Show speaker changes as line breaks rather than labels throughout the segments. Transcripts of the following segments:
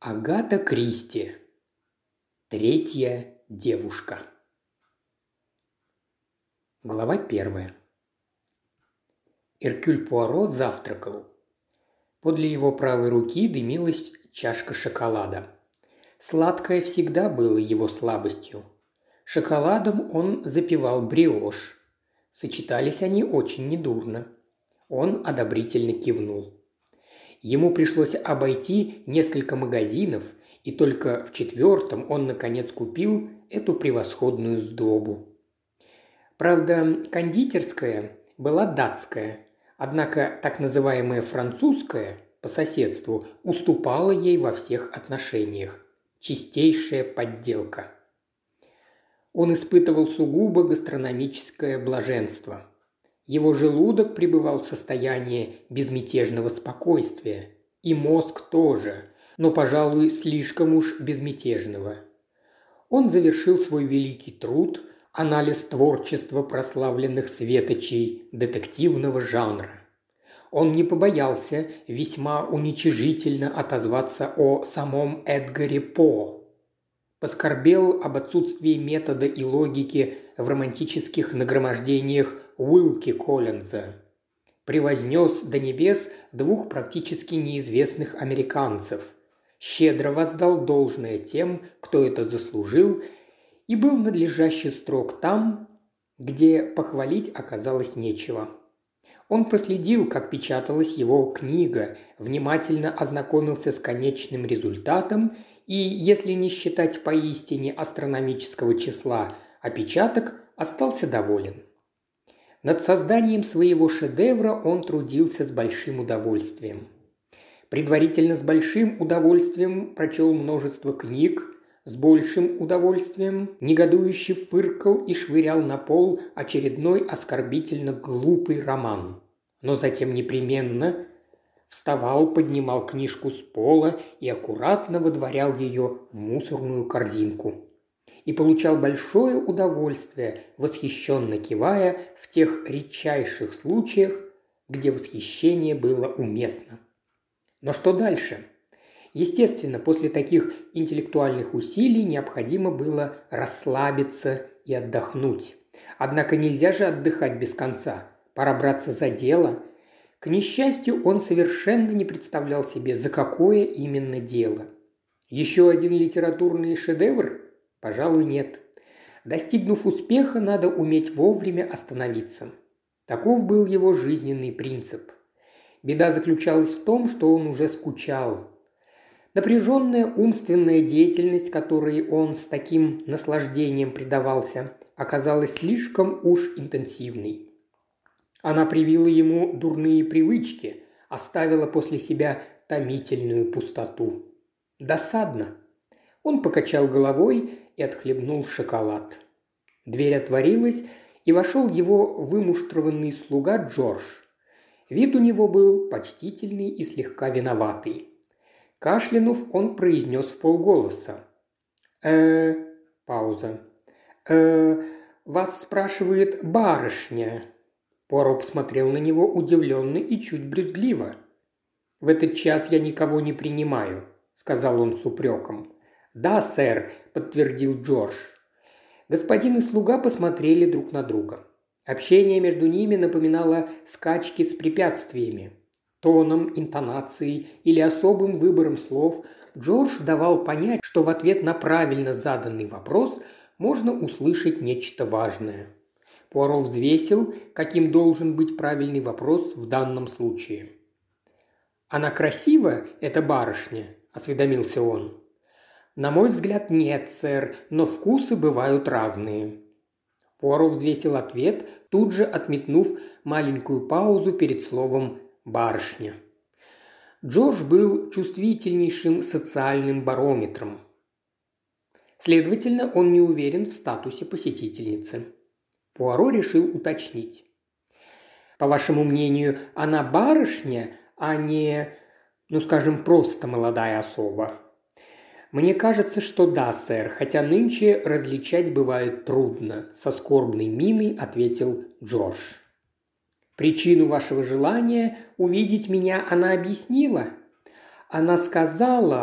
Агата Кристи. Третья девушка. Глава 1. Эркюль Пуаро завтракал. Подле его правой руки дымилась чашка шоколада. Сладкое всегда было его слабостью. Шоколадом он запивал бриош. Сочетались они очень недурно. Он одобрительно кивнул. Ему пришлось обойти несколько магазинов, и только в 4-м он, наконец, купил эту превосходную сдобу. Правда, кондитерская была датская, однако так называемая французская по соседству уступала ей во всех отношениях. Чистейшая подделка. Он испытывал сугубо гастрономическое блаженство. Его желудок пребывал в состоянии безмятежного спокойствия. И мозг тоже, но, пожалуй, слишком уж безмятежного. Он завершил свой великий труд «Анализ творчества прославленных светочей детективного жанра». Он не побоялся весьма уничижительно отозваться о самом Эдгаре По. Поскорбел об отсутствии метода и логики в романтических нагромождениях Уилки Коллинза. Превознес до небес 2 практически неизвестных американцев. Щедро воздал должное тем, кто это заслужил, и был надлежаще строг там, где похвалить оказалось нечего. Он проследил, как печаталась его книга, внимательно ознакомился с конечным результатом и, если не считать поистине астрономического числа, опечаток, остался доволен. Над созданием своего шедевра он трудился с большим удовольствием. Предварительно с большим удовольствием прочел множество книг, с большим удовольствием негодующе фыркал и швырял на пол очередной оскорбительно глупый роман. Но затем непременно вставал, поднимал книжку с пола и аккуратно выдворял ее в мусорную корзинку. И получал большое удовольствие, восхищенно кивая в тех редчайших случаях, где восхищение было уместно. Но что дальше? Естественно, после таких интеллектуальных усилий необходимо было расслабиться и отдохнуть. Однако нельзя же отдыхать без конца. Пора браться за дело. К несчастью, он совершенно не представлял себе, за какое именно дело. Еще один литературный шедевр? Пожалуй, нет. Достигнув успеха, надо уметь вовремя остановиться. Таков был его жизненный принцип. Беда заключалась в том, что он уже скучал. Напряженная умственная деятельность, которой он с таким наслаждением предавался, оказалась слишком уж интенсивной. Она привила ему дурные привычки, оставила после себя томительную пустоту. Досадно. Он покачал головой и отхлебнул шоколад. Дверь отворилась, и вошел его вымуштрованный слуга Джордж. Вид у него был почтительный и слегка виноватый. Кашлянув, он произнес вполголоса. Пауза. Вас спрашивает барышня». Пуаро посмотрел на него удивленно и чуть брюзгливо. «В этот час я никого не принимаю», – сказал он с упреком. «Да, сэр», – подтвердил Джордж. Господин и слуга посмотрели друг на друга. Общение между ними напоминало скачки с препятствиями. Тоном, интонацией или особым выбором слов Джордж давал понять, что в ответ на правильно заданный вопрос можно услышать нечто важное. Пуаро взвесил, каким должен быть правильный вопрос в данном случае. «Она красива, эта барышня?» – осведомился он. «На мой взгляд, нет, сэр, но вкусы бывают разные». Пуаро взвесил ответ, тут же отметнув маленькую паузу перед словом «барышня». Джордж был чувствительнейшим социальным барометром. Следовательно, он не уверен в статусе посетительницы. Пуаро решил уточнить. «По вашему мнению, она барышня, а не, скажем, просто молодая особа?» «Мне кажется, что да, сэр, хотя нынче различать бывает трудно», – со скорбной миной ответил Джордж. «Причину вашего желания увидеть меня она объяснила. Она сказала,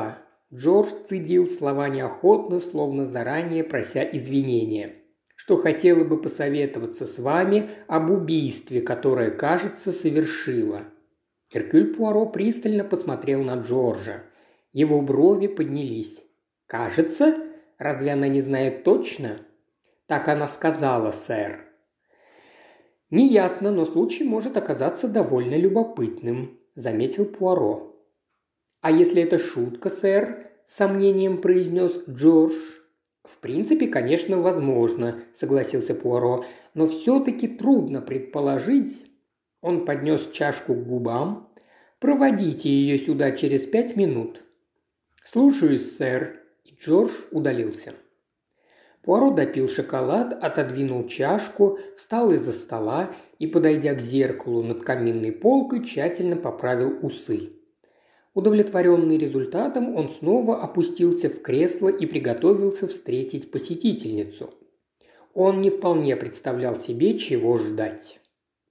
Джордж цедил слова неохотно, словно заранее прося извинения. «Что хотела бы посоветоваться с вами об убийстве, которое, кажется, совершила». Эркюль Пуаро пристально посмотрел на Джорджа. Его брови поднялись. «Кажется? Разве она не знает точно?» «Так она сказала, сэр». «Неясно, но случай может оказаться довольно любопытным», – заметил Пуаро. «А если это шутка, сэр?» – с сомнением произнес Джордж. «В принципе, конечно, возможно», – согласился Пуаро, – «но все-таки трудно предположить». Он поднес чашку к губам. «Проводите ее сюда через 5 минут». «Слушаюсь, сэр», и Джордж удалился. Пуаро допил шоколад, отодвинул чашку, встал из-за стола и, подойдя к зеркалу над каминной полкой, тщательно поправил усы. Удовлетворенный результатом, он снова опустился в кресло и приготовился встретить посетительницу. Он не вполне представлял себе, чего ждать.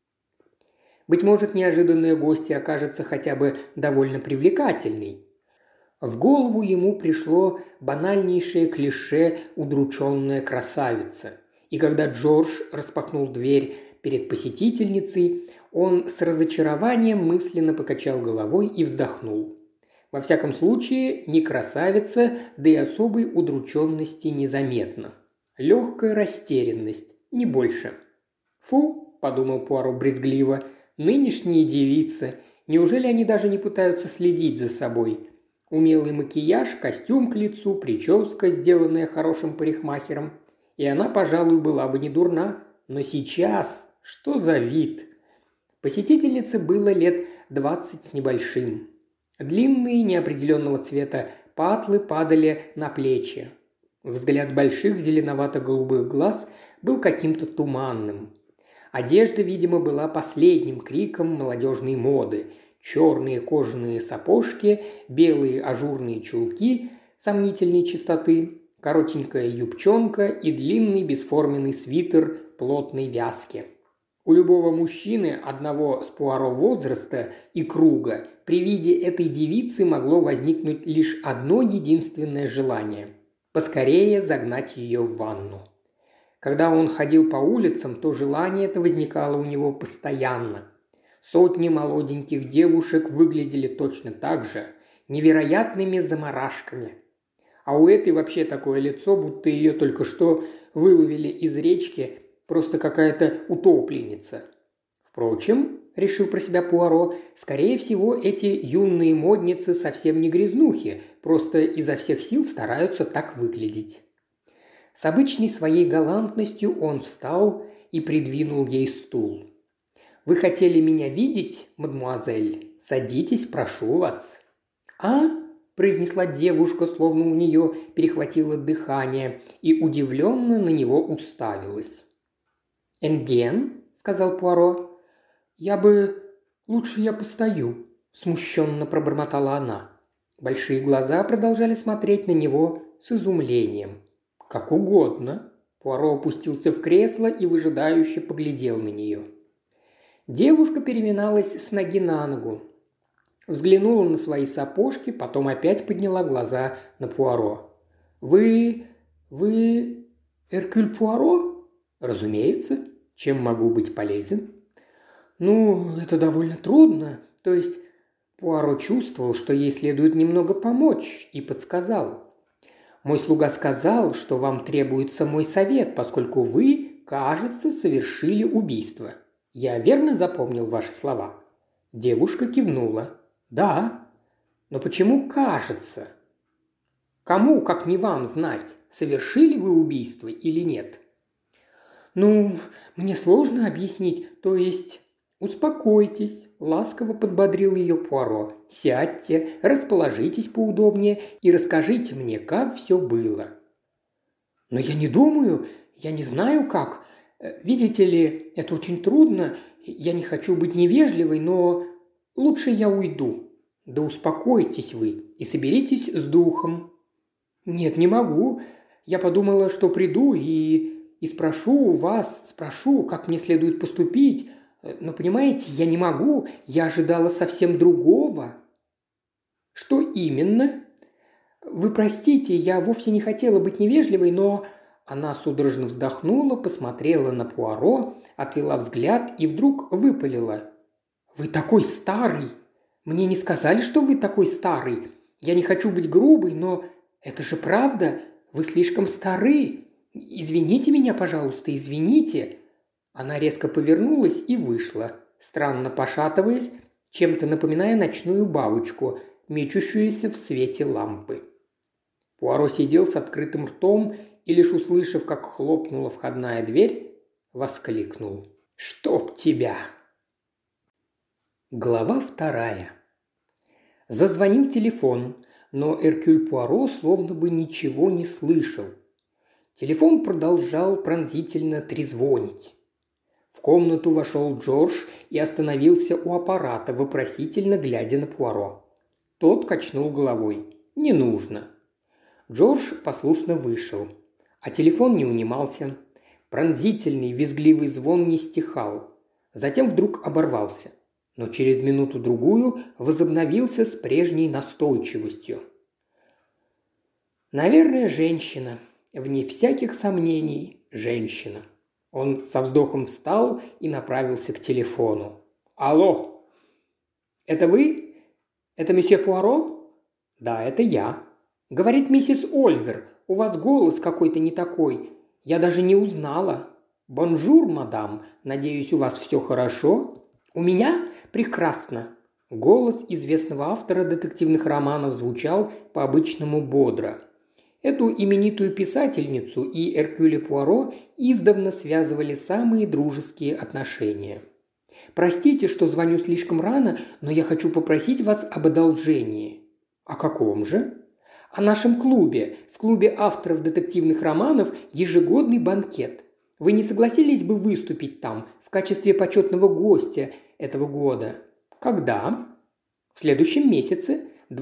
Быть может, неожиданная гостья окажется хотя бы довольно привлекательной. В голову ему пришло банальнейшее клише «удрученная красавица». И когда Джордж распахнул дверь перед посетительницей, он с разочарованием мысленно покачал головой и вздохнул. Во всяком случае, не красавица, да и особой удрученности незаметно. Легкая растерянность, не больше. «Фу», – подумал Пуаро брезгливо, – «нынешние девицы, неужели они даже не пытаются следить за собой?» Умелый макияж, костюм к лицу, прическа, сделанная хорошим парикмахером. И она, пожалуй, была бы не дурна. Но сейчас что за вид? Посетительнице было лет 20 с небольшим. Длинные неопределенного цвета патлы падали на плечи. Взгляд больших зеленовато-голубых глаз был каким-то туманным. Одежда, видимо, была последним криком молодежной моды – черные кожаные сапожки, белые ажурные чулки сомнительной чистоты, коротенькая юбчонка и длинный бесформенный свитер плотной вязки. У любого мужчины одного с Пуаро возраста и круга при виде этой девицы могло возникнуть лишь одно единственное желание – поскорее загнать ее в ванну. Когда он ходил по улицам, то желание это возникало у него постоянно. Сотни молоденьких девушек выглядели точно так же, невероятными заморашками. А у этой вообще такое лицо, будто ее только что выловили из речки, просто какая-то утопленница. Впрочем, решил про себя Пуаро, скорее всего, эти юные модницы совсем не грязнухи, просто изо всех сил стараются так выглядеть. С обычной своей галантностью он встал и придвинул ей стул. «Вы хотели меня видеть, мадемуазель? Садитесь, прошу вас». «А?» – произнесла девушка, словно у нее перехватило дыхание, и удивленно на него уставилась. «Энген?» – сказал Пуаро. Лучше я постою», – смущенно пробормотала она. Большие глаза продолжали смотреть на него с изумлением. «Как угодно». Пуаро опустился в кресло и выжидающе поглядел на нее. Девушка переминалась с ноги на ногу. Взглянула на свои сапожки, потом опять подняла глаза на Пуаро. «Вы... Эркюль Пуаро?» «Разумеется. Чем могу быть полезен?» «Ну, это довольно трудно. То есть...» Пуаро чувствовал, что ей следует немного помочь, и подсказал. «Мой слуга сказал, что вам требуется мой совет, поскольку вы, кажется, совершили убийство. Я верно запомнил ваши слова?» Девушка кивнула. «Да. Но почему кажется? Кому, как не вам, знать, совершили вы убийство или нет?» «Ну, мне сложно объяснить, то есть...» «Успокойтесь», – ласково подбодрил ее Пуаро. «Сядьте, расположитесь поудобнее и расскажите мне, как все было». «Но я не думаю, я не знаю как. Видите ли, это очень трудно. Я не хочу быть невежливой, но лучше я уйду. Да успокойтесь вы и соберитесь с духом». «Нет, не могу. Я подумала, что приду и спрошу вас, как мне следует поступить. Но, понимаете, я не могу. Я ожидала совсем другого». «Что именно?» «Вы простите, я вовсе не хотела быть невежливой, но...» Она судорожно вздохнула, посмотрела на Пуаро, отвела взгляд и вдруг выпалила. «Вы такой старый! Мне не сказали, что вы такой старый. Я не хочу быть грубой, но это же правда. Вы слишком стары. Извините меня, пожалуйста, извините». Она резко повернулась и вышла, странно пошатываясь, чем-то напоминая ночную бабочку, мечущуюся в свете лампы. Пуаро сидел с открытым ртом и, лишь услышав, как хлопнула входная дверь, воскликнул. «Чтоб тебя!» Глава 2. Зазвонил телефон, но Эркюль Пуаро словно бы ничего не слышал. Телефон продолжал пронзительно трезвонить. В комнату вошел Джордж и остановился у аппарата, вопросительно глядя на Пуаро. Тот качнул головой. «Не нужно». Джордж послушно вышел, а телефон не унимался. Пронзительный, визгливый звон не стихал. Затем вдруг оборвался, но через минуту-другую возобновился с прежней настойчивостью. «Наверное, женщина. Вне всяких сомнений, женщина». Он со вздохом встал и направился к телефону. «Алло! Это вы? Это месье Пуаро?» «Да, это я». «Говорит миссис Оливер, у вас голос какой-то не такой. Я даже не узнала». «Бонжур, мадам. Надеюсь, у вас все хорошо?» «У меня прекрасно». Голос известного автора детективных романов звучал по-обычному бодро. Эту именитую писательницу и Эркюля Пуаро издавна связывали самые дружеские отношения. «Простите, что звоню слишком рано, но я хочу попросить вас об одолжении». «О каком же?» «О нашем клубе. В клубе авторов детективных романов ежегодный банкет. Вы не согласились бы выступить там в качестве почетного гостя этого года?» «Когда?» «В следующем месяце,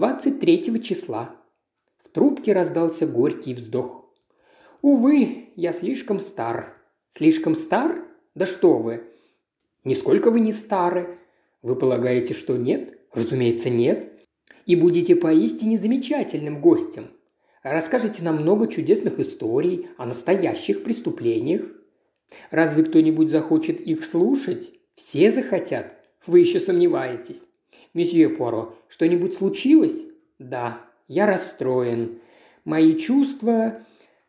23 числа». В трубке раздался горький вздох. «Увы, я слишком стар». «Слишком стар? Да что вы!» «Нисколько вы не стары». «Вы полагаете, что нет?» «Разумеется, нет. И будете поистине замечательным гостем. Расскажете нам много чудесных историй о настоящих преступлениях. Разве кто-нибудь захочет их слушать? Все захотят. Вы еще сомневаетесь. Месье Пуаро, что-нибудь случилось?» «Да, я расстроен. Мои чувства...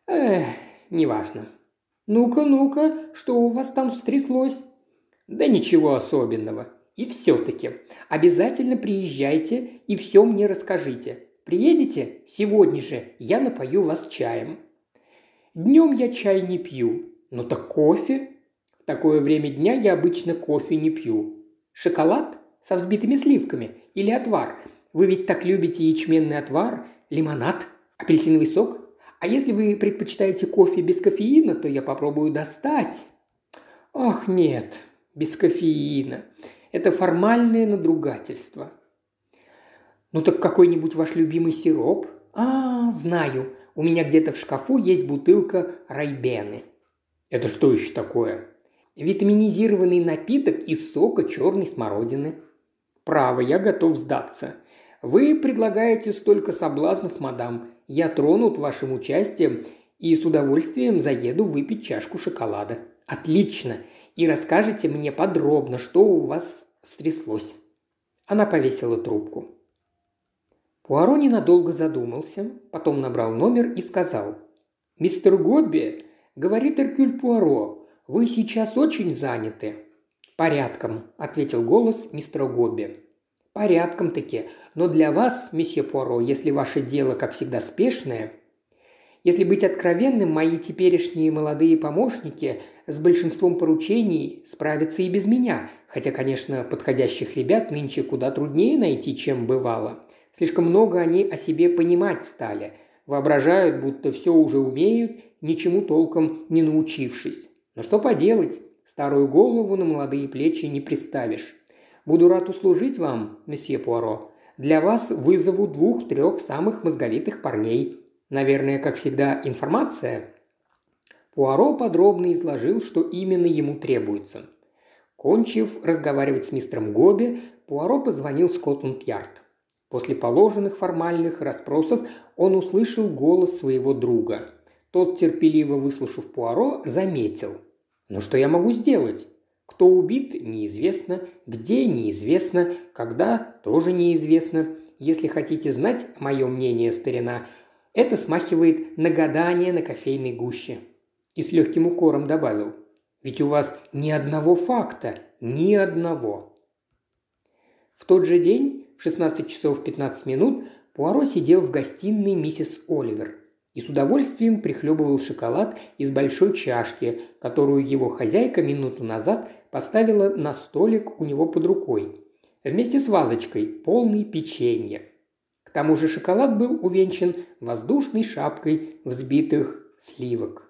неважно». «Ну-ка, что у вас там стряслось?» «Да ничего особенного. И все-таки обязательно приезжайте и все мне расскажите. Приедете? Сегодня же я напою вас чаем». «Днем я чай не пью». «Ну так кофе?» «В такое время дня я обычно кофе не пью». «Шоколад со взбитыми сливками или отвар? Вы ведь так любите ячменный отвар, лимонад, апельсиновый сок? А если вы предпочитаете кофе без кофеина, то я попробую достать». «Ах, нет, без кофеина. Это формальное надругательство». «Ну так какой-нибудь ваш любимый сироп?» Знаю. У меня где-то в шкафу есть бутылка райбены». «Это что еще такое?» «Витаминизированный напиток из сока черной смородины». «Право, я готов сдаться. Вы предлагаете столько соблазнов, мадам. Я тронут вашим участием и с удовольствием заеду выпить чашку шоколада». «Отлично. И расскажете мне подробно, что у вас стряслось». Она повесила трубку. Пуаро ненадолго задумался, потом набрал номер и сказал. «Мистер Гобби, говорит Эркюль Пуаро, вы сейчас очень заняты». «Порядком», – ответил голос мистера Гобби. «Порядком-таки. Но для вас, месье Пуаро, если ваше дело, как всегда, спешное. Если быть откровенным, мои теперешние молодые помощники с большинством поручений справятся и без меня, хотя, конечно, подходящих ребят нынче куда труднее найти, чем бывало. Слишком много они о себе понимать стали, воображают, будто все уже умеют, ничему толком не научившись. Но что поделать, старую голову на молодые плечи не приставишь. Буду рад услужить вам, месье Пуаро. Для вас вызову 2-3 самых мозговитых парней. Наверное, как всегда, информация». Пуаро подробно изложил, что именно ему требуется. Кончив разговаривать с мистером Гобби, Пуаро позвонил в Скотланд-Ярд. После положенных формальных расспросов он услышал голос своего друга. Тот, терпеливо выслушав Пуаро, заметил. «Ну что я могу сделать? Кто убит – неизвестно, где – неизвестно, когда – тоже неизвестно. Если хотите знать мое мнение, старина, это смахивает на гадание на кофейной гуще». И с легким укором добавил. «Ведь у вас ни одного факта, ни одного». В тот же день, в 16 часов 15 минут, Пуаро сидел в гостиной миссис Оливер и с удовольствием прихлебывал шоколад из большой чашки, которую его хозяйка минуту назад поставила на столик у него под рукой, вместе с вазочкой, полной печенья. К тому же шоколад был увенчан воздушной шапкой взбитых сливок.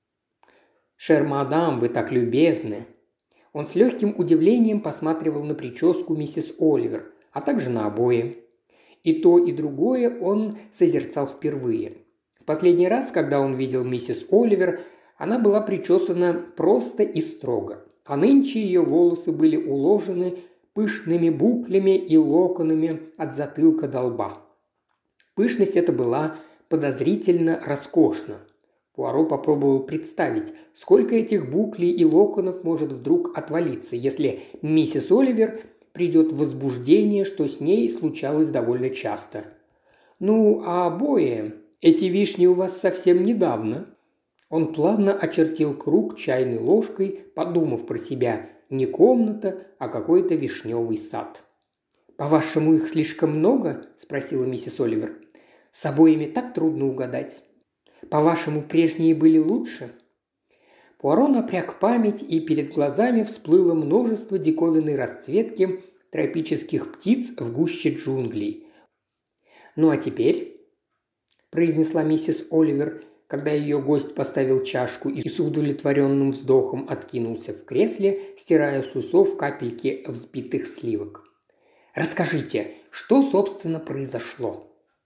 «Шер мадам, вы так любезны!» Он с легким удивлением посматривал на прическу миссис Оливер, а также на обои. И то, и другое он созерцал впервые. В последний раз, когда он видел миссис Оливер, она была причесана просто и строго, а нынче ее волосы были уложены пышными буклями и локонами от затылка до лба. Пышность эта была подозрительно роскошна. Пуаро попробовал представить, сколько этих буклей и локонов может вдруг отвалиться, если миссис Оливер придет в возбуждение, что с ней случалось довольно часто. «Ну, а обои? Эти вишни у вас совсем недавно». Он плавно очертил круг чайной ложкой, подумав про себя, не комната, а какой-то вишневый сад. «По-вашему, их слишком много?» – спросила миссис Оливер. «С обоями так трудно угадать. По-вашему, прежние были лучше?» Пуаро напряг память, и перед глазами всплыло множество диковинной расцветки тропических птиц в гуще джунглей. «Ну а теперь», – произнесла миссис Оливер, когда ее гость поставил чашку и с удовлетворенным вздохом откинулся в кресле, стирая с усов капельки взбитых сливок. «Расскажите, что, собственно, произошло?»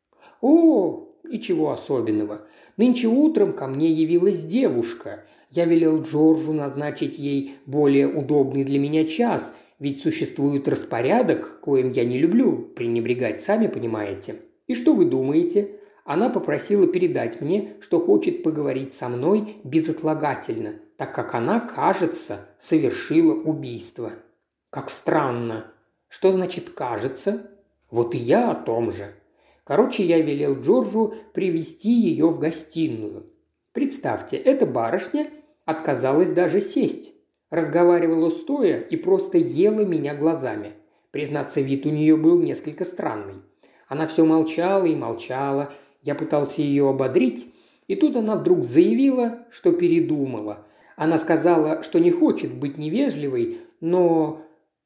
«О, ничего особенного. Нынче утром ко мне явилась девушка. Я велел Джорджу назначить ей более удобный для меня час, ведь существует распорядок, коим я не люблю пренебрегать, сами понимаете. И что вы думаете? Она попросила передать мне, что хочет поговорить со мной безотлагательно, так как она, кажется, совершила убийство». «Как странно. Что значит «кажется»?» «Вот и я о том же. Короче, я велел Джорджу привести ее в гостиную. Представьте, эта барышня отказалась даже сесть. Разговаривала стоя и просто ела меня глазами. Признаться, вид у нее был несколько странный. Она все молчала и молчала. Я пытался ее ободрить, и тут она вдруг заявила, что передумала. Она сказала, что не хочет быть невежливой, но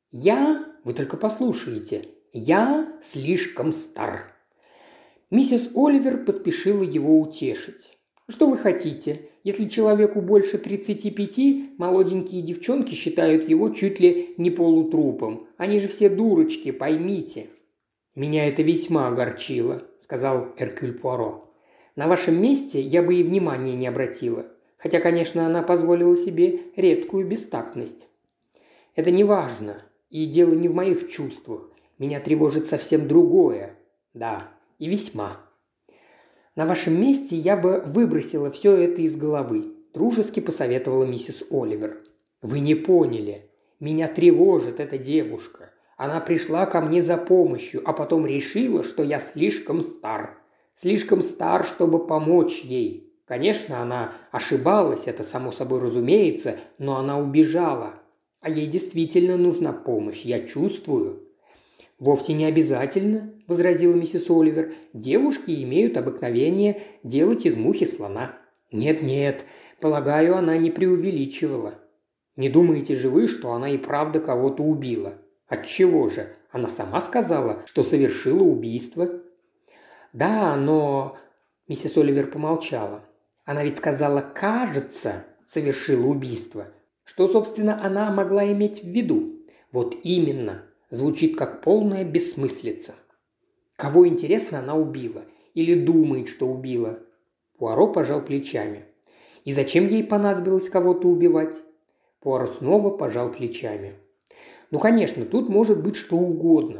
вы только послушайте, я слишком стар. Миссис Оливер поспешила его утешить. «Что вы хотите? Если человеку больше 35, молоденькие девчонки считают его чуть ли не полутрупом. Они же все дурочки, поймите». «Меня это весьма огорчило», – сказал Эркюль Пуаро. «На вашем месте я бы и внимания не обратила. Хотя, конечно, она позволила себе редкую бестактность». «Это не важно, и дело не в моих чувствах. Меня тревожит совсем другое. Да, и весьма. На вашем месте я бы выбросила все это из головы», – дружески посоветовала миссис Оливер. «Вы не поняли. Меня тревожит эта девушка. Она пришла ко мне за помощью, а потом решила, что я слишком стар. Слишком стар, чтобы помочь ей. Конечно, она ошибалась, это само собой разумеется, но она убежала. А ей действительно нужна помощь, я чувствую». «Вовсе не обязательно», – возразила миссис Оливер. «Девушки имеют обыкновение делать из мухи слона». «Нет, полагаю, она не преувеличивала». «Не думаете же вы, что она и правда кого-то убила?» «Отчего же? Она сама сказала, что совершила убийство». «Да, но...» – миссис Оливер помолчала. «Она ведь сказала, кажется, совершила убийство. Что, собственно, она могла иметь в виду?» «Вот именно. Звучит как полная бессмыслица». «Кого, интересно, она убила? Или думает, что убила?» Пуаро пожал плечами. «И зачем ей понадобилось кого-то убивать?» Пуаро снова пожал плечами. «Ну, конечно, тут может быть что угодно.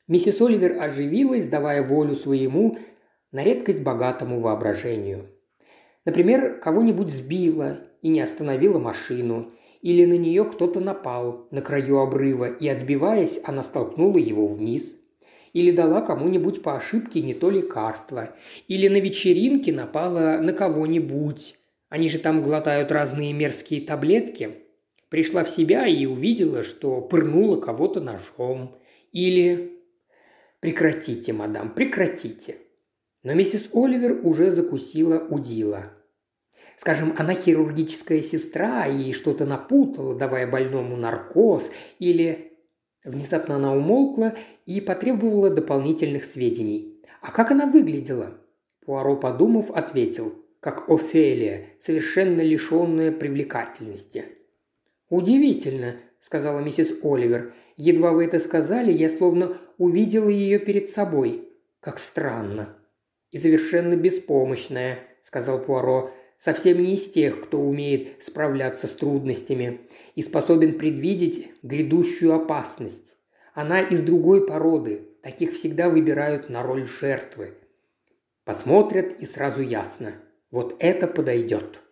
Миссис Оливер оживилась, давая волю своему на редкость богатому воображению. Например, кого-нибудь сбила и не остановила машину, или на нее кто-то напал на краю обрыва, и, отбиваясь, она столкнула его вниз. Или дала кому-нибудь по ошибке не то лекарство, или на вечеринке напала на кого-нибудь. Они же там глотают разные мерзкие таблетки. Пришла в себя и увидела, что пырнула кого-то ножом. Или... «Прекратите, мадам, прекратите». Но миссис Оливер уже закусила удила. Скажем, она хирургическая сестра и что-то напутала, давая больному наркоз, или... Внезапно она умолкла и потребовала дополнительных сведений. А как она выглядела? Пуаро, подумав, ответил, как Офелия, совершенно лишенная привлекательности. «Удивительно», – сказала миссис Оливер. «Едва вы это сказали, я словно увидела ее перед собой. Как странно». «И совершенно беспомощная», – сказал Пуаро. «Совсем не из тех, кто умеет справляться с трудностями и способен предвидеть грядущую опасность. Она из другой породы, таких всегда выбирают на роль жертвы. Посмотрят, и сразу ясно. Вот это подойдет».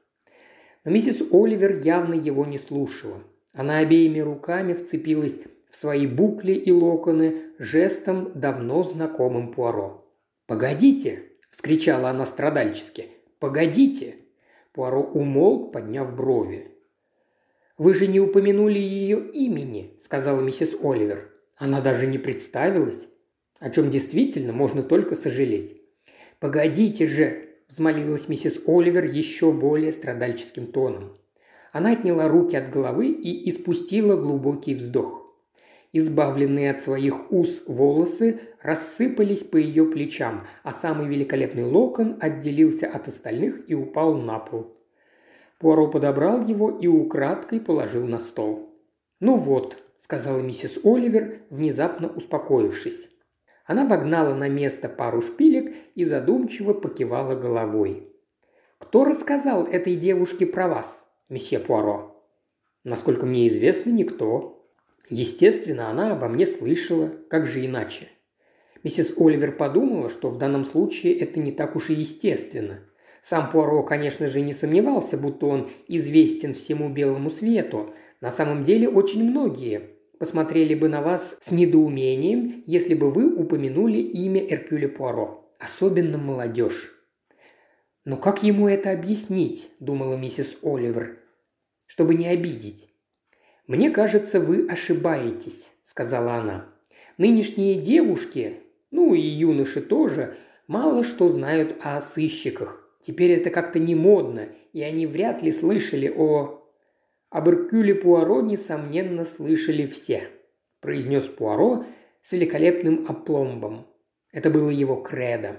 Но миссис Оливер явно его не слушала. Она обеими руками вцепилась в свои букли и локоны жестом, давно знакомым Пуаро. «Погодите!» – вскричала она страдальчески. «Погодите!» Пуаро умолк, подняв брови. «Вы же не упомянули ее имени», – сказала миссис Оливер. «Она даже не представилась, о чем действительно можно только сожалеть». «Погодите же!» – взмолилась миссис Оливер еще более страдальческим тоном. Она отняла руки от головы и испустила глубокий вздох. Избавленные от своих ус волосы рассыпались по ее плечам, а самый великолепный локон отделился от остальных и упал на пол. Пуаро подобрал его и украдкой положил на стол. «Ну вот», – сказала миссис Оливер, внезапно успокоившись. Она вогнала на место пару шпилек и задумчиво покивала головой. «Кто рассказал этой девушке про вас, месье Пуаро?» «Насколько мне известно, никто. Естественно, она обо мне слышала, как же иначе?» Миссис Оливер подумала, что в данном случае это не так уж и естественно. Сам Пуаро, конечно же, не сомневался, будто он известен всему белому свету. На самом деле очень многие посмотрели бы на вас с недоумением, если бы вы упомянули имя Эркюля Пуаро. Особенно молодежь. «Но как ему это объяснить?» – думала миссис Оливер, – «чтобы не обидеть». «Мне кажется, вы ошибаетесь», – сказала она. «Нынешние девушки, ну и юноши тоже, мало что знают о сыщиках. Теперь это как-то не модно, и они вряд ли слышали «Об Эркюле Пуаро, несомненно, слышали все», – произнес Пуаро с великолепным опломбом. Это было его кредо.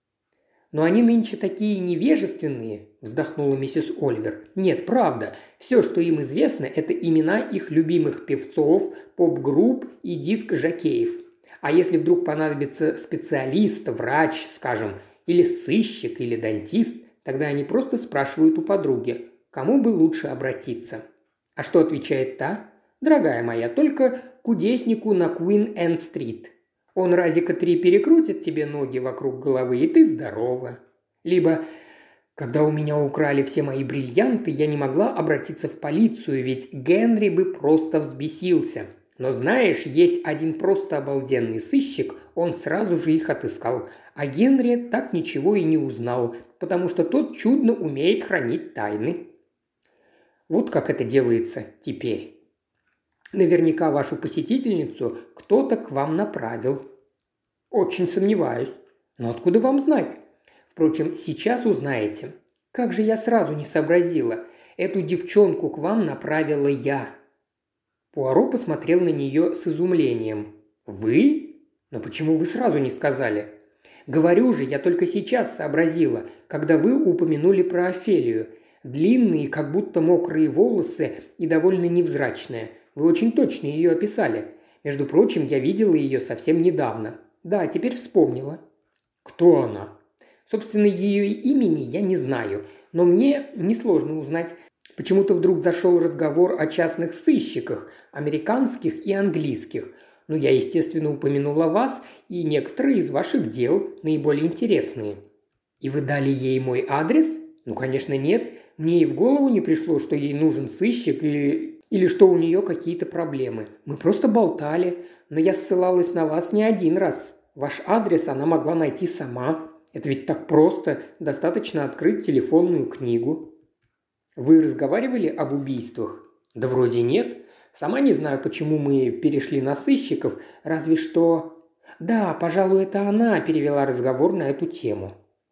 «Но они нынче такие невежественные», – вздохнула миссис Оливер. «Нет, правда. Все, что им известно, это имена их любимых певцов, поп-групп и диск-жокеев. А если вдруг понадобится специалист, врач, скажем, или сыщик, или дантист, тогда они просто спрашивают у подруги, кому бы лучше обратиться. А что отвечает та? Дорогая моя, только кудеснику на Куин-Энд-стрит. Он разика 3 перекрутит тебе ноги вокруг головы, и ты здорова. Либо, когда у меня украли все мои бриллианты, я не могла обратиться в полицию, ведь Генри бы просто взбесился. Но знаешь, есть один просто обалденный сыщик, он сразу же их отыскал. А Генри так ничего и не узнал, потому что тот чудно умеет хранить тайны. Вот как это делается теперь. Наверняка вашу посетительницу кто-то к вам направил». «Очень сомневаюсь. Но откуда вам знать? Впрочем, сейчас узнаете. Как же я сразу не сообразила. Эту девчонку к вам направила я». Пуаро посмотрел на нее с изумлением. «Вы? Но почему вы сразу не сказали?» «Говорю же, я только сейчас сообразила, когда вы упомянули про Офелию. Длинные, как будто мокрые волосы и довольно невзрачная. Вы очень точно ее описали. Между прочим, я видела ее совсем недавно. Да, теперь вспомнила». «Кто она?» «Собственно, ее имени я не знаю, но мне несложно узнать. Почему-то вдруг зашел разговор о частных сыщиках, американских и английских. Но я, естественно, упомянула вас и некоторые из ваших дел, наиболее интересные. И вы дали ей мой адрес? Ну, конечно, нет. Мне и в голову не пришло, что ей нужен сыщик или что у нее какие-то проблемы. Мы просто болтали, но я ссылалась на вас не один раз. Ваш адрес она могла найти сама. Это ведь так просто. Достаточно открыть телефонную книгу. Вы разговаривали об убийствах? Да вроде нет. Сама не знаю, почему мы перешли на сыщиков, разве что... Да, пожалуй, это она перевела разговор на эту тему.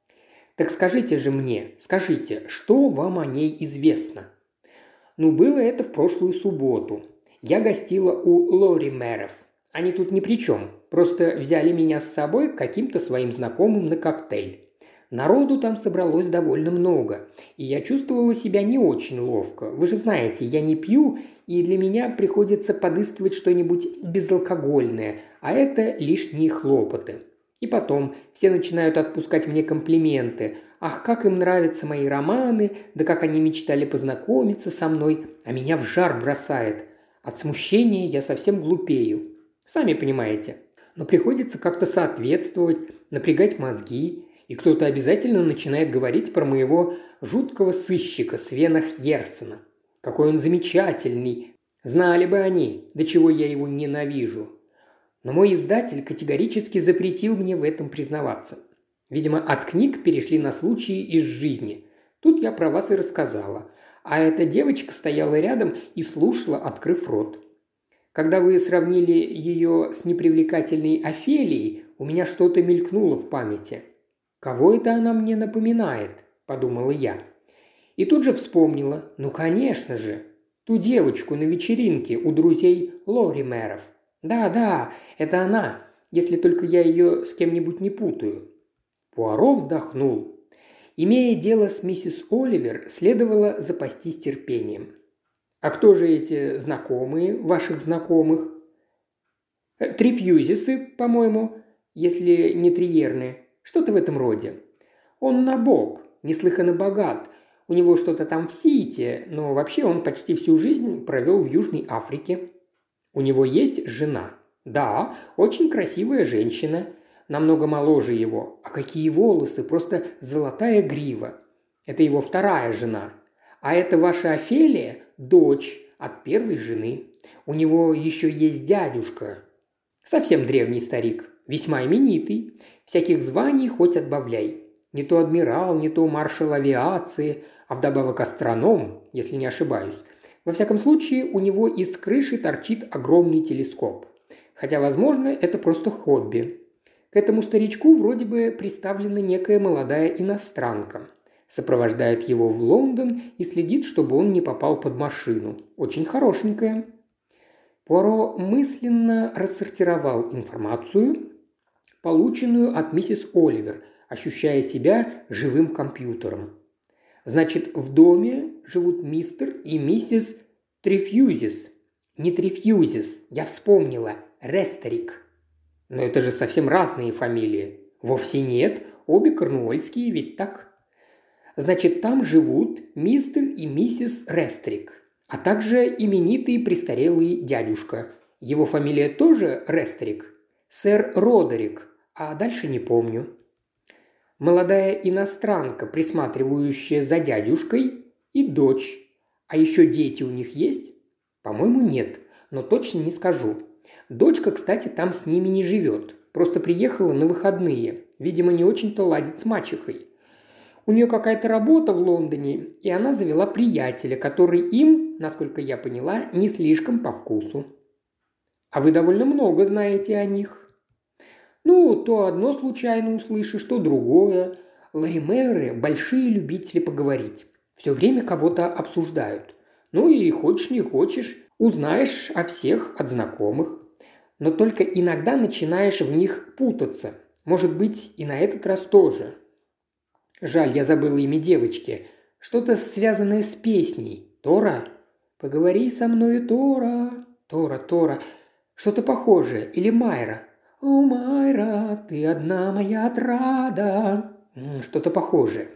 Так скажите же мне, скажите, что вам о ней известно? Ну, было это в прошлую субботу. Я гостила у Лоримеров. Они тут ни при чем. Просто взяли меня с собой к каким-то своим знакомым на коктейль. Народу там собралось довольно много, и я чувствовала себя не очень ловко. Вы же знаете, я не пью, и для меня приходится подыскивать что-нибудь безалкогольное, а это лишние хлопоты. И потом все начинают отпускать мне комплименты. Ах, как им нравятся мои романы, да как они мечтали познакомиться со мной, а меня в жар бросает. От смущения я совсем глупею. Сами понимаете. Но приходится как-то соответствовать, напрягать мозги, и кто-то обязательно начинает говорить про моего жуткого сыщика Свена Хьерсена. Какой он замечательный. Знали бы они, до чего я его ненавижу. Но мой издатель категорически запретил мне в этом признаваться. Видимо, от книг перешли на случаи из жизни. Тут я про вас и рассказала. А эта девочка стояла рядом и слушала, открыв рот. Когда вы сравнили ее с непривлекательной Офелией, у меня что-то мелькнуло в памяти. «Кого это она мне напоминает?» – подумала я. И тут же вспомнила, ну, конечно же, ту девочку на вечеринке у друзей Лоримеров. Да, это она, если только я ее с кем-нибудь не путаю. Пуаро вздохнул. Имея дело с миссис Оливер, следовало запастись терпением. А кто же эти знакомые ваших знакомых? Трифьюзисы, по-моему, если не триерны. Что-то в этом роде. Он набоб, неслыханно богат. У него что-то там в Сиите, но вообще он почти всю жизнь провел в Южной Африке. У него есть жена. Да, очень красивая женщина. Намного моложе его. А какие волосы, просто золотая грива. Это его вторая жена. А это ваша Офелия – дочь от первой жены. У него еще есть дядюшка. Совсем древний старик, весьма именитый. Всяких званий хоть отбавляй. Не то адмирал, не то маршал авиации, а вдобавок астроном, если не ошибаюсь. Во всяком случае, у него из крыши торчит огромный телескоп. Хотя, возможно, это просто хобби. К этому старичку вроде бы представлена некая молодая иностранка. Сопровождает его в Лондон и следит, чтобы он не попал под машину. Очень хорошенькая. Пуаро мысленно рассортировал информацию, полученную от миссис Оливер, ощущая себя живым компьютером. Значит, в доме живут мистер и миссис Трифьюзис. Не Трифьюзис, я вспомнила, Рестерик. Но это же совсем разные фамилии. Вовсе нет, обе корнуольские, ведь так? Значит, там живут мистер и миссис Рестерик, а также именитый престарелый дядюшка. Его фамилия тоже Рестерик. Сэр Родерик, а дальше не помню. Молодая иностранка, присматривающая за дядюшкой, и дочь. А еще дети у них есть? По-моему, нет, но точно не скажу. Дочка, кстати, там с ними не живет. Просто приехала на выходные. Видимо, не очень-то ладит с мачехой. У нее какая-то работа в Лондоне, и она завела приятеля, который им, насколько я поняла, не слишком по вкусу. А вы довольно много знаете о них. Ну, то одно случайно услышишь, то другое. Лоримеры – большие любители поговорить. Все время кого-то обсуждают. Ну и хочешь не хочешь, узнаешь о всех от знакомых. Но только иногда начинаешь в них путаться. Может быть, и на этот раз тоже. Жаль, я забыла имя девочки. Что-то связанное с песней. Тора? Поговори со мной, Тора. Тора. Что-то похожее. Или Майра. О, Майра, ты одна моя отрада. Что-то похожее.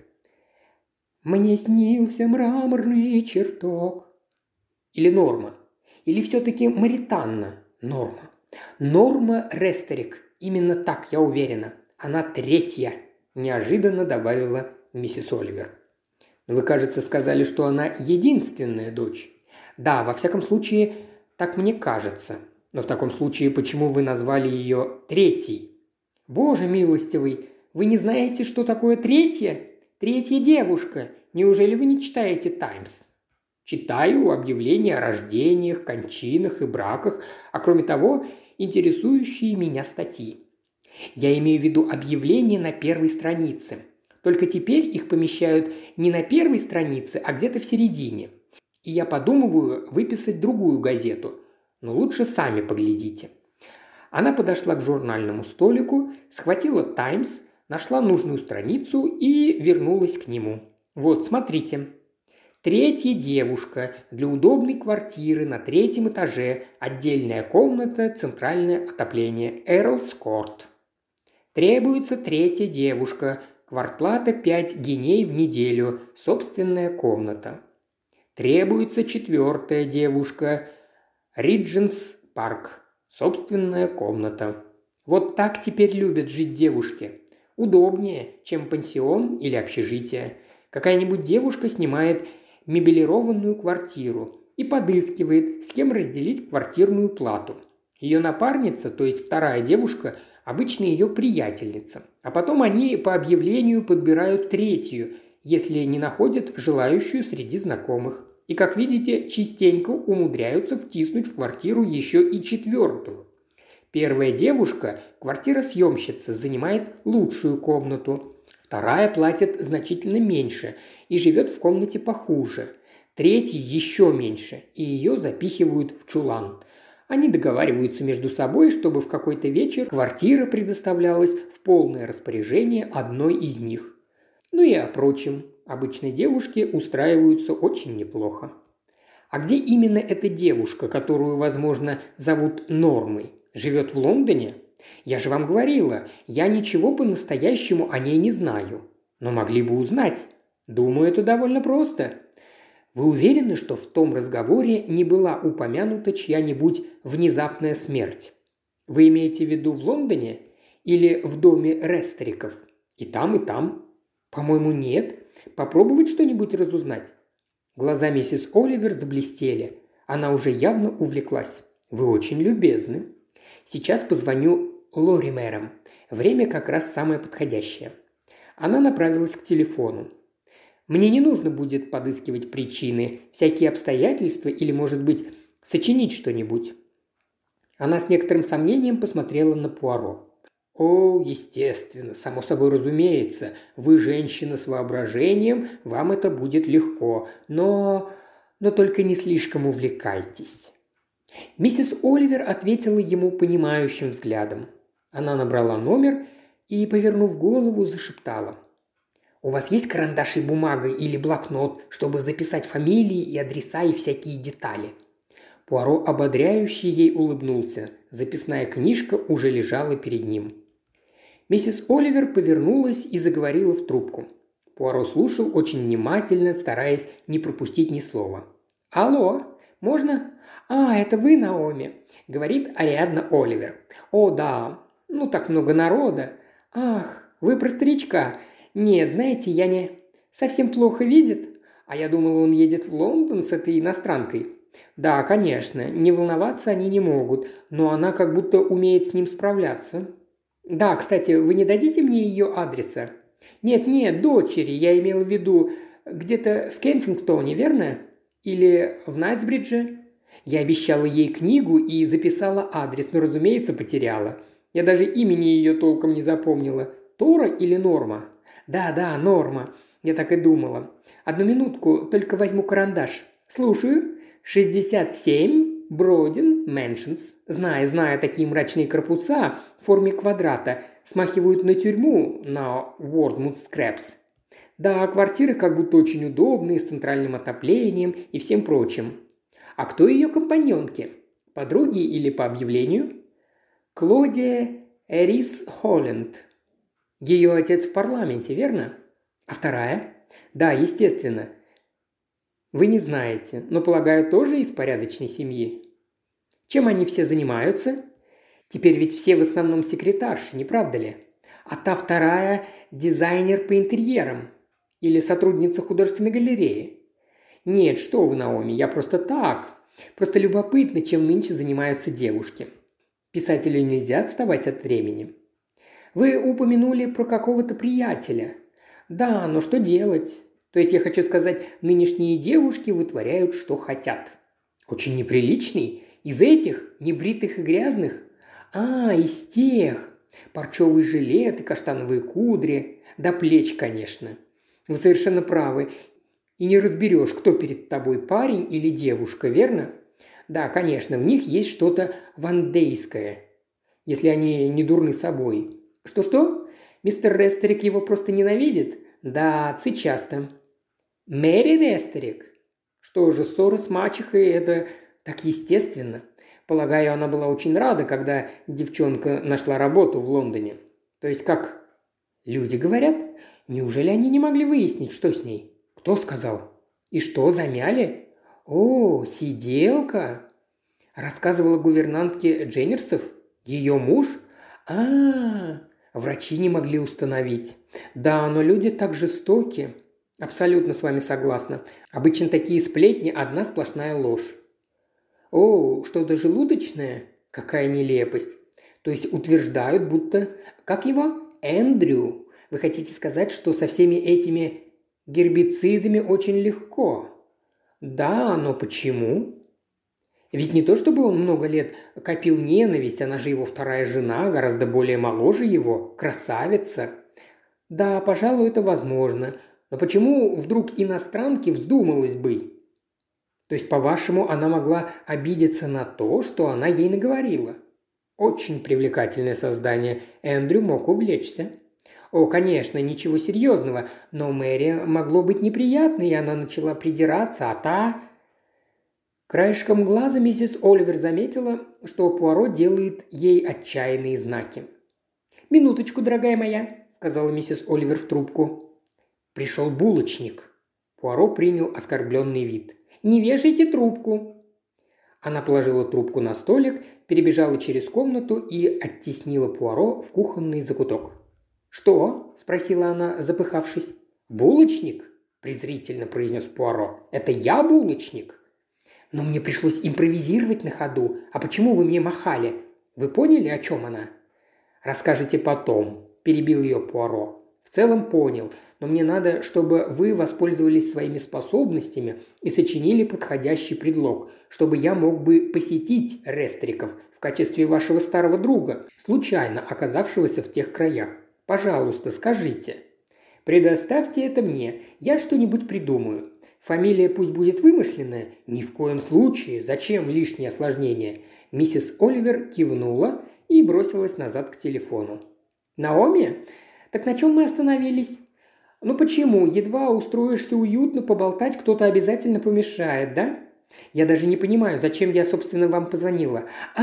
Мне снился мраморный чертог. Или Норма. Или все-таки Маританна. Норма. Норма Рестерик. Именно так, я уверена. Она третья, неожиданно добавила миссис Оливер. Вы, кажется, сказали, что она единственная дочь. Да, во всяком случае, так мне кажется. Но в таком случае, почему вы назвали ее третьей? Боже милостивый, вы не знаете, что такое третья? Третья девушка. Неужели вы не читаете «Таймс»? Читаю объявления о рождениях, кончинах и браках, а кроме того, интересующие меня статьи. Я имею в виду объявления на первой странице. Только теперь их помещают не на первой странице, а где-то в середине. И я подумываю выписать другую газету. Но лучше сами поглядите. Она подошла к журнальному столику, схватила «Таймс», нашла нужную страницу и вернулась к нему. Вот, смотрите. Третья девушка для удобной квартиры на третьем этаже, отдельная комната, центральное отопление, Эрлс Корт. Требуется третья девушка, квартплата 5 гиней в неделю, собственная комната. Требуется четвертая девушка, Ридженс Парк, собственная комната. Вот так теперь любят жить девушки. Удобнее, чем пансион или общежитие. Какая-нибудь девушка снимает мебелированную квартиру и подыскивает, с кем разделить квартирную плату. Ее напарница, то есть вторая девушка, обычно ее приятельница. А потом они по объявлению подбирают третью, если не находят желающую среди знакомых. И, как видите, частенько умудряются втиснуть в квартиру еще и четвертую. Первая девушка, квартиросъемщица, занимает лучшую комнату. Вторая платит значительно меньше и живет в комнате похуже. Третья еще меньше, и ее запихивают в чулан. Они договариваются между собой, чтобы в какой-то вечер квартира предоставлялась в полное распоряжение одной из них. Ну и о прочем. Обычно девушки устраиваются очень неплохо. А где именно эта девушка, которую, возможно, зовут Нормой? Живет в Лондоне? Я же вам говорила, я ничего по-настоящему о ней не знаю. Но могли бы узнать. Думаю, это довольно просто. Вы уверены, что в том разговоре не была упомянута чья-нибудь внезапная смерть? Вы имеете в виду в Лондоне или в доме Рестериков? И там, и там. По-моему, нет. Попробовать что-нибудь разузнать? Глаза миссис Оливер заблестели. Она уже явно увлеклась. Вы очень любезны. Сейчас позвоню Лоримерам. Время как раз самое подходящее. Она направилась к телефону. Мне не нужно будет подыскивать причины, всякие обстоятельства или, может быть, сочинить что-нибудь. Она с некоторым сомнением посмотрела на Пуаро. «О, естественно, само собой разумеется. Вы женщина с воображением, вам это будет легко. Но только не слишком увлекайтесь». Миссис Оливер ответила ему понимающим взглядом. Она набрала номер и, повернув голову, зашептала. «У вас есть карандаш и бумага или блокнот, чтобы записать фамилии и адреса и всякие детали?» Пуаро ободряюще ей улыбнулся. Записная книжка уже лежала перед ним. Миссис Оливер повернулась и заговорила в трубку. Пуаро слушал очень внимательно, стараясь не пропустить ни слова. «Алло, можно?» «А, это вы, Наоми?» – говорит Ариадна Оливер. «О, да. Ну, так много народа. Ах, вы про старичка. Нет, знаете, я не... Совсем плохо видит? А я думала, он едет в Лондон с этой иностранкой. Да, конечно, не волноваться они не могут, но она как будто умеет с ним справляться. Да, кстати, вы не дадите мне ее адреса? Нет, дочери, я имела в виду где-то в Кенсингтоне, верно? Или в Найтсбридже? Я обещала ей книгу и записала адрес, но, разумеется, потеряла. Я даже имени ее толком не запомнила. Тора или Норма? Да, Норма. Я так и думала. Одну минутку, только возьму карандаш. Слушаю. 67 Бродин Мэншнс. Знаю, такие мрачные корпуса в форме квадрата смахивают на тюрьму на Уордмут Скрэпс. Да, квартиры как будто очень удобные, с центральным отоплением и всем прочим. А кто ее компаньонки? Подруги или по объявлению? Клодия Рис Холленд. Ее отец в парламенте, верно? А вторая? Да, естественно. Вы не знаете, но, полагаю, тоже из порядочной семьи. Чем они все занимаются? Теперь ведь все в основном секретарши, не правда ли? А та вторая – дизайнер по интерьерам. Или сотрудница художественной галереи. Нет, что вы, Наоми, я просто так. Просто любопытно, чем нынче занимаются девушки. Писателю нельзя отставать от времени. Вы упомянули про какого-то приятеля. Да, но что делать? То есть я хочу сказать, нынешние девушки вытворяют, что хотят. Очень неприличный? Из этих, небритых и грязных? Из тех. Парчевый жилет и каштановые кудри. До плеч, конечно. Вы совершенно правы. И не разберешь, кто перед тобой, парень или девушка, верно? Да, конечно, в них есть что-то вандейское, если они не дурны собой. Что-что? Мистер Рестерик его просто ненавидит? Да, отцы часто. Мэри Рестерик? Что же, ссора с мачехой – это так естественно. Полагаю, она была очень рада, когда девчонка нашла работу в Лондоне. То есть как? Люди говорят? Неужели они не могли выяснить, что с ней? Кто сказал? И что, замяли? О, сиделка? Рассказывала гувернантке Дженнерсов? Ее муж? Врачи не могли установить. Да, но люди так жестоки. Абсолютно с вами согласна. Обычно такие сплетни – одна сплошная ложь. О, что-то желудочное? Какая нелепость. То есть утверждают, будто... Как его? Эндрю. Вы хотите сказать, что со всеми этими гербицидами очень легко? Да, но почему? Ведь не то, чтобы он много лет копил ненависть, она же его вторая жена, гораздо более моложе его, красавица. Да, пожалуй, это возможно. Но почему вдруг иностранке вздумалось бы? То есть, по-вашему, она могла обидеться на то, что она ей наговорила? Очень привлекательное создание. Эндрю мог увлечься. О, конечно, ничего серьезного, но Мэри могло быть неприятно, и она начала придираться, а та... Краешком глаза миссис Оливер заметила, что Пуаро делает ей отчаянные знаки. «Минуточку, дорогая моя», – сказала миссис Оливер в трубку. Пришел булочник. Пуаро принял оскорбленный вид. «Не вешайте трубку». Она положила трубку на столик, перебежала через комнату и оттеснила Пуаро в кухонный закуток. «Что?» – спросила она, запыхавшись. «Булочник?» – презрительно произнес Пуаро. «Это я булочник?» «Но мне пришлось импровизировать на ходу. А почему вы мне махали? Вы поняли, о чем она?» «Расскажете потом», – перебил ее Пуаро. «В целом понял, но мне надо, чтобы вы воспользовались своими способностями и сочинили подходящий предлог, чтобы я мог бы посетить Рестриков в качестве вашего старого друга, случайно оказавшегося в тех краях. Пожалуйста, скажите». «Предоставьте это мне, я что-нибудь придумаю. Фамилия пусть будет вымышленная? Ни в коем случае. Зачем лишнее осложнение?» Миссис Оливер кивнула и бросилась назад к телефону. «Наоми? Так на чем мы остановились?» «Ну почему? Едва устроишься уютно поболтать, кто-то обязательно помешает, да?» «Я даже не понимаю, зачем я, собственно, вам позвонила».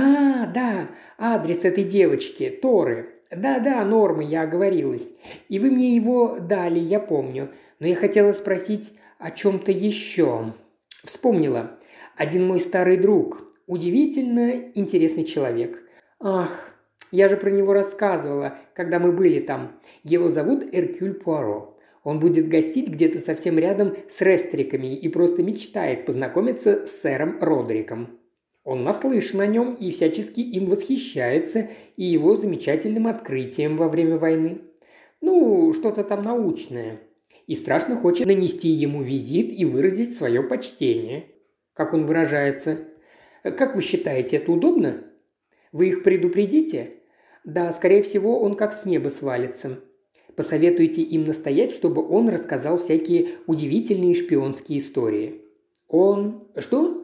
Да, адрес этой девочки, Торы. Да, Нормы, я оговорилась. И вы мне его дали, я помню. Но я хотела спросить о чем-то еще. Вспомнила. Один мой старый друг. Удивительно интересный человек. Ах, я же про него рассказывала, когда мы были там. Его зовут Эркюль Пуаро. Он будет гостить где-то совсем рядом с Рестриками и просто мечтает познакомиться с сэром Родриком. Он наслышан о нем и всячески им восхищается и его замечательным открытием во время войны. Ну, что-то там научное. И страшно хочет нанести ему визит и выразить свое почтение. Как он выражается. Как вы считаете, это удобно? Вы их предупредите? Да, скорее всего, он как с неба свалится. Посоветуйте им настоять, чтобы он рассказал всякие удивительные шпионские истории. Он... Что?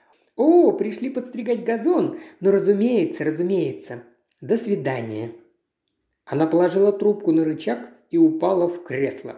О, пришли подстригать газон. Ну, разумеется. До свидания. Она положила трубку на рычаг и упала в кресло.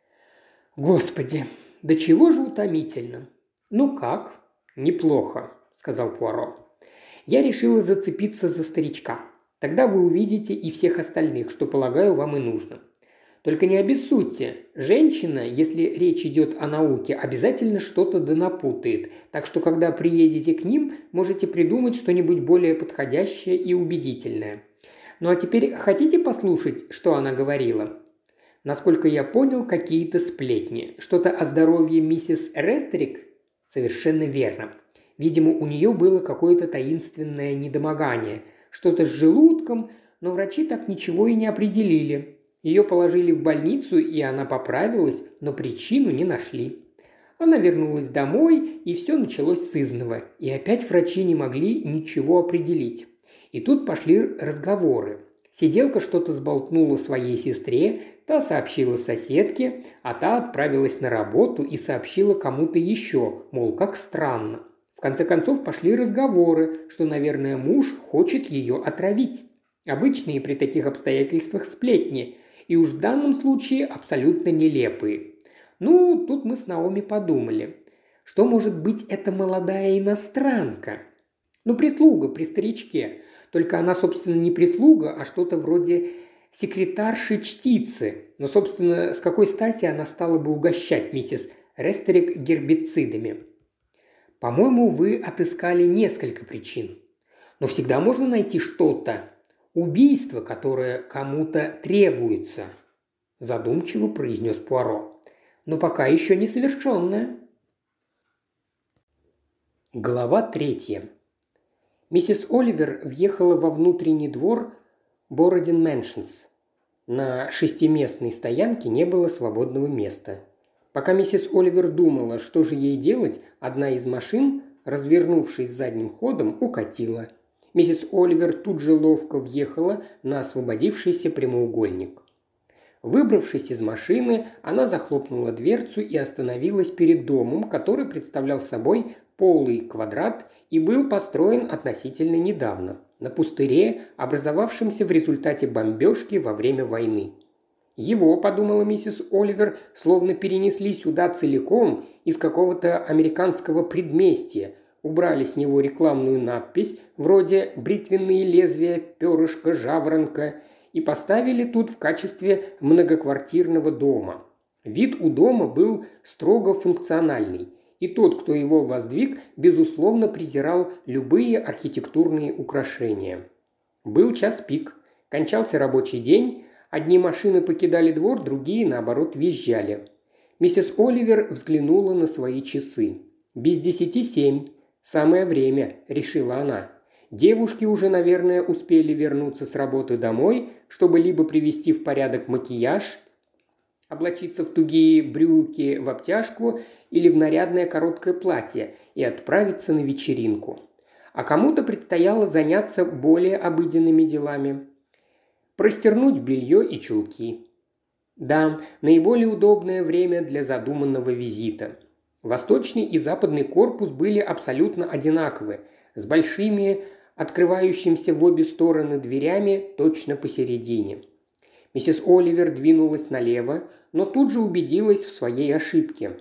Господи, да чего же утомительно. Ну как? Неплохо, сказал Пуаро. Я решила зацепиться за старичка. Тогда вы увидите и всех остальных, что, полагаю, вам и нужно. Только не обессудьте. Женщина, если речь идет о науке, обязательно что-то да напутает. Так что, когда приедете к ним, можете придумать что-нибудь более подходящее и убедительное. Ну а теперь хотите послушать, что она говорила? Насколько я понял, какие-то сплетни. Что-то о здоровье миссис Рестерик? Совершенно верно. Видимо, у нее было какое-то таинственное недомогание. Что-то с желудком, но врачи так ничего и не определили. Ее положили в больницу, и она поправилась, но причину не нашли. Она вернулась домой, и все началось с изного. И опять врачи не могли ничего определить. И тут пошли разговоры. Сиделка что-то сболтнула своей сестре, та сообщила соседке, а та отправилась на работу и сообщила кому-то еще, мол, как странно. В конце концов пошли разговоры, что, наверное, муж хочет ее отравить. Обычные при таких обстоятельствах сплетни, и уж в данном случае абсолютно нелепые. Ну, тут мы с Наоми подумали, что может быть эта молодая иностранка? Ну, прислуга при старичке. Только она, собственно, не прислуга, а что-то вроде секретарши-чтицы. Но, собственно, с какой стати она стала бы угощать миссис Рестерик гербицидами? По-моему, вы отыскали несколько причин. Но всегда можно найти что-то. Убийство, которое кому-то требуется, задумчиво произнес Пуаро. Но пока еще не совершенное. Глава 3. Миссис Оливер въехала во внутренний двор Бородин Мэншнс. На шестиместной стоянке не было свободного места. Пока миссис Оливер думала, что же ей делать, одна из машин, развернувшись задним ходом, укатила. Миссис Оливер тут же ловко въехала на освободившийся прямоугольник. Выбравшись из машины, она захлопнула дверцу и остановилась перед домом, который представлял собой полый квадрат и был построен относительно недавно, на пустыре, образовавшемся в результате бомбежки во время войны. Его, подумала миссис Оливер, словно перенесли сюда целиком из какого-то американского предместья, убрали с него рекламную надпись вроде «бритвенные лезвия, перышко, жаворонка» и поставили тут в качестве многоквартирного дома. Вид у дома был строго функциональный, и тот, кто его воздвиг, безусловно презирал любые архитектурные украшения. Был час пик, кончался рабочий день, одни машины покидали двор, другие, наоборот, въезжали. Миссис Оливер взглянула на свои часы. «Без 10:07. Самое время», – решила она. Девушки уже, наверное, успели вернуться с работы домой, чтобы либо привести в порядок макияж, облачиться в тугие брюки в обтяжку или в нарядное короткое платье и отправиться на вечеринку. А кому-то предстояло заняться более обыденными делами. Простернуть белье и чулки. Да, наиболее удобное время для задуманного визита. Восточный и западный корпус были абсолютно одинаковы, с большими, открывающимися в обе стороны дверями точно посередине. Миссис Оливер двинулась налево, но тут же убедилась в своей ошибке.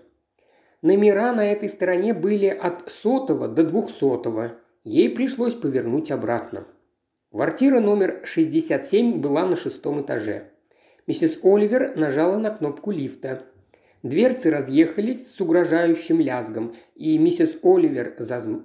Номера на этой стороне были от 100 до 200. Ей пришлось повернуть обратно. Квартира номер 67 была на 6-м этаже. Миссис Оливер нажала на кнопку лифта. Дверцы разъехались с угрожающим лязгом, и миссис Оливер,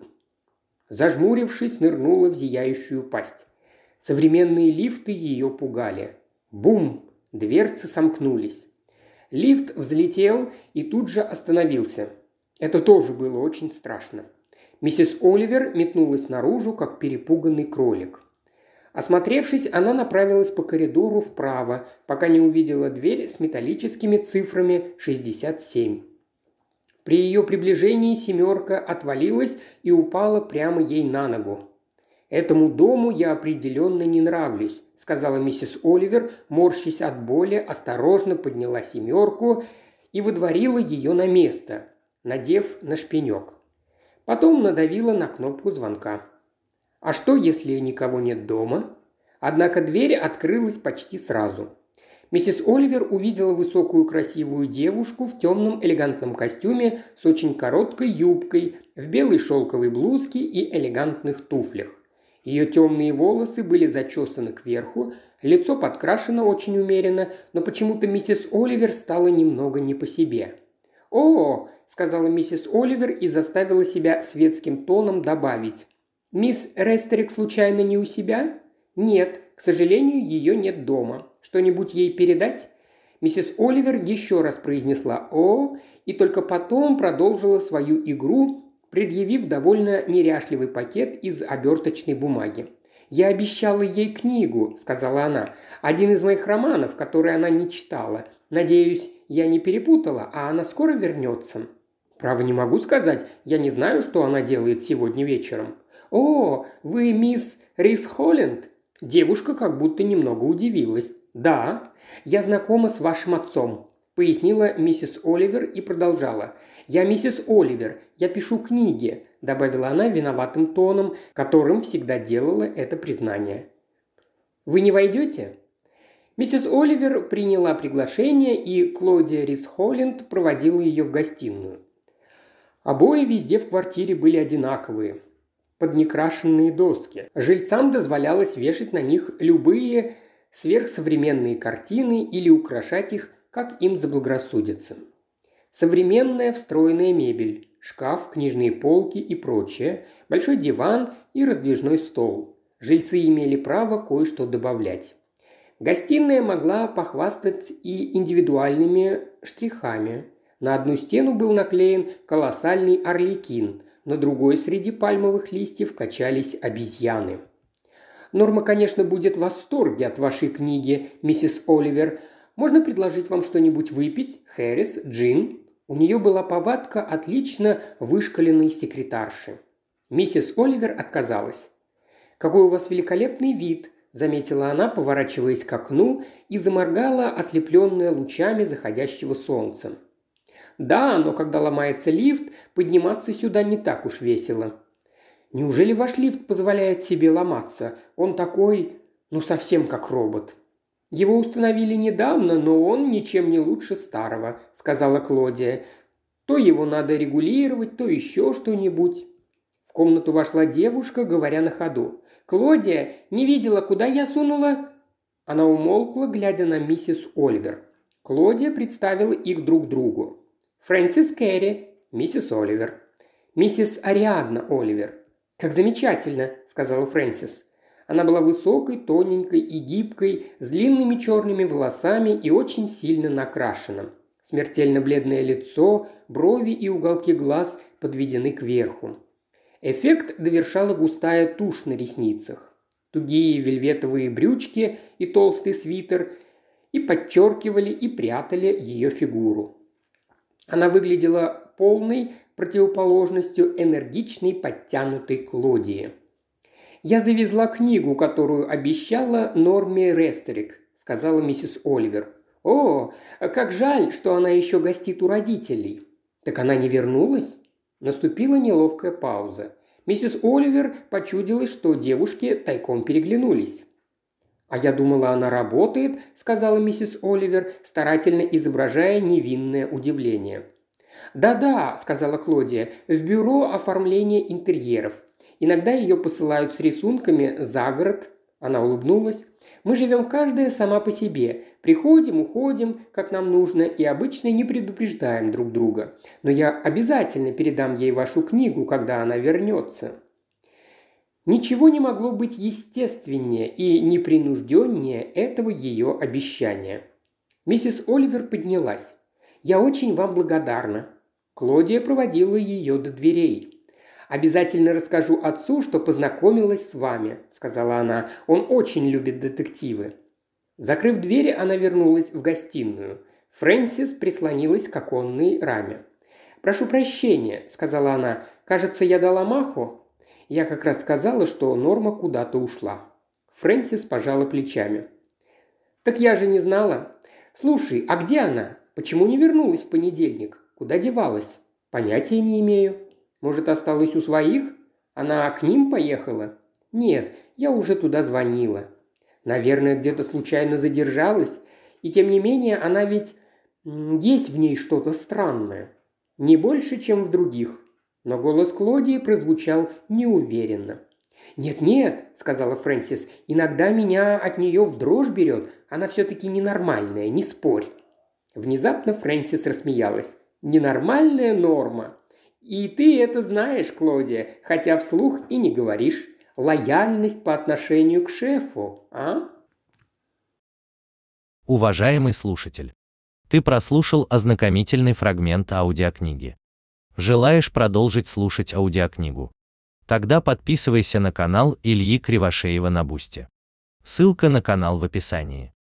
зажмурившись, нырнула в зияющую пасть. Современные лифты ее пугали. Бум! Дверцы сомкнулись. Лифт взлетел и тут же остановился. Это тоже было очень страшно. Миссис Оливер метнулась наружу, как перепуганный кролик. Осмотревшись, она направилась по коридору вправо, пока не увидела дверь с металлическими цифрами 67. При ее приближении семерка отвалилась и упала прямо ей на ногу. «Этому дому я определенно не нравлюсь», – сказала миссис Оливер, морщась от боли, осторожно подняла семерку и выдворила ее на место, надев на шпинек. Потом надавила на кнопку звонка. А что, если никого нет дома? Однако дверь открылась почти сразу. Миссис Оливер увидела высокую красивую девушку в темном элегантном костюме с очень короткой юбкой, в белой шелковой блузке и элегантных туфлях. Ее темные волосы были зачесаны кверху, Лицо подкрашено очень умеренно, но почему-то миссис Оливер стала немного не по себе. «О!» – сказала миссис Оливер и заставила себя светским тоном добавить. «Мисс Рестерик случайно не у себя?» «Нет, к сожалению, ее нет дома. Что-нибудь ей передать?» Миссис Оливер еще раз произнесла «О!» и только потом продолжила свою игру, предъявив довольно неряшливый пакет из оберточной бумаги. «Я обещала ей книгу», – сказала она. «Один из моих романов, который она не читала. Надеюсь, я не перепутала, а она скоро вернется». «Право не могу сказать. Я не знаю, что она делает сегодня вечером». «О, вы мисс Рис Холланд?» Девушка как будто немного удивилась. «Да, я знакома с вашим отцом», – пояснила миссис Оливер и продолжала. «Я миссис Оливер, я пишу книги», – добавила она виноватым тоном, которым всегда делала это признание. «Вы не войдете?» Миссис Оливер приняла приглашение, и Клодия Рис Холланд проводила ее в гостиную. Обои везде в квартире были одинаковые, под некрашенные доски. Жильцам дозволялось вешать на них любые сверхсовременные картины или украшать их, как им заблагорассудится. Современная встроенная мебель, шкаф, книжные полки и прочее, большой диван и раздвижной стол. Жильцы имели право кое-что добавлять. Гостиная могла похвастать и индивидуальными штрихами. На одну стену был наклеен колоссальный арлекин, на другой среди пальмовых листьев качались обезьяны. «Норма, конечно, будет в восторге от вашей книги, миссис Оливер. Можно предложить вам что-нибудь выпить? Хэрис, джин?» У нее была повадка отлично вышкаленной секретарши. Миссис Оливер отказалась. «Какой у вас великолепный вид!» – заметила она, поворачиваясь к окну, и заморгала, ослепленная лучами заходящего солнца. «Да, но когда ломается лифт, подниматься сюда не так уж весело». «Неужели ваш лифт позволяет себе ломаться? Он такой, совсем как робот». «Его установили недавно, но он ничем не лучше старого», – сказала Клодия. «То его надо регулировать, то еще что-нибудь». В комнату вошла девушка, говоря на ходу. «Клодия, не видела, куда я сунула?» Она умолкла, глядя на миссис Оливер. Клодия представила их друг другу. «Фрэнсис Керри, миссис Оливер». «Миссис Ариадна Оливер». «Как замечательно», – сказала Фрэнсис. Она была высокой, тоненькой и гибкой, с длинными черными волосами и очень сильно накрашена. Смертельно бледное лицо, брови и уголки глаз подведены кверху. Эффект довершала густая тушь на ресницах. Тугие вельветовые брючки и толстый свитер и подчеркивали и прятали ее фигуру. Она выглядела полной противоположностью энергичной подтянутой Клодии. «Я завезла книгу, которую обещала Норме Рестерик», – сказала миссис Оливер. «О, как жаль, что она еще гостит у родителей». «Так она не вернулась?» Наступила неловкая пауза. Миссис Оливер почудилась, что девушки тайком переглянулись. «А я думала, она работает», – сказала миссис Оливер, старательно изображая невинное удивление. «Да-да», – сказала Клодия, – «в бюро оформления интерьеров. Иногда ее посылают с рисунками за город». Она улыбнулась. «Мы живем каждая сама по себе. Приходим, уходим, как нам нужно, и обычно не предупреждаем друг друга. Но я обязательно передам ей вашу книгу, когда она вернется». Ничего не могло быть естественнее и непринужденнее этого ее обещания. Миссис Оливер поднялась. «Я очень вам благодарна». Клодия проводила ее до дверей. «Обязательно расскажу отцу, что познакомилась с вами», – сказала она. «Он очень любит детективы». Закрыв двери, она вернулась в гостиную. Фрэнсис прислонилась к оконной раме. «Прошу прощения», – сказала она. «Кажется, я дала маху». Я как раз сказала, что Норма куда-то ушла. Фрэнсис пожала плечами. «Так я же не знала. Слушай, а где она? Почему не вернулась в понедельник? Куда девалась?» «Понятия не имею». «Может, осталась у своих? Она к ним поехала?» «Нет, я уже туда звонила». «Наверное, где-то случайно задержалась. И тем не менее, она ведь... Есть в ней что-то странное. Не больше, чем в других». Но голос Клодии прозвучал неуверенно. «Нет-нет», – сказала Фрэнсис, – «иногда меня от нее в дрожь берет. Она все-таки ненормальная, не спорь». Внезапно Фрэнсис рассмеялась. «Ненормальная норма. И ты это знаешь, Клодия, хотя вслух и не говоришь. Лояльность по отношению к шефу, а?»
Уважаемый слушатель, ты прослушал ознакомительный фрагмент аудиокниги. Желаешь продолжить слушать аудиокнигу? Тогда подписывайся на канал Ильи Кривошеева на Бусти. Ссылка на канал в описании.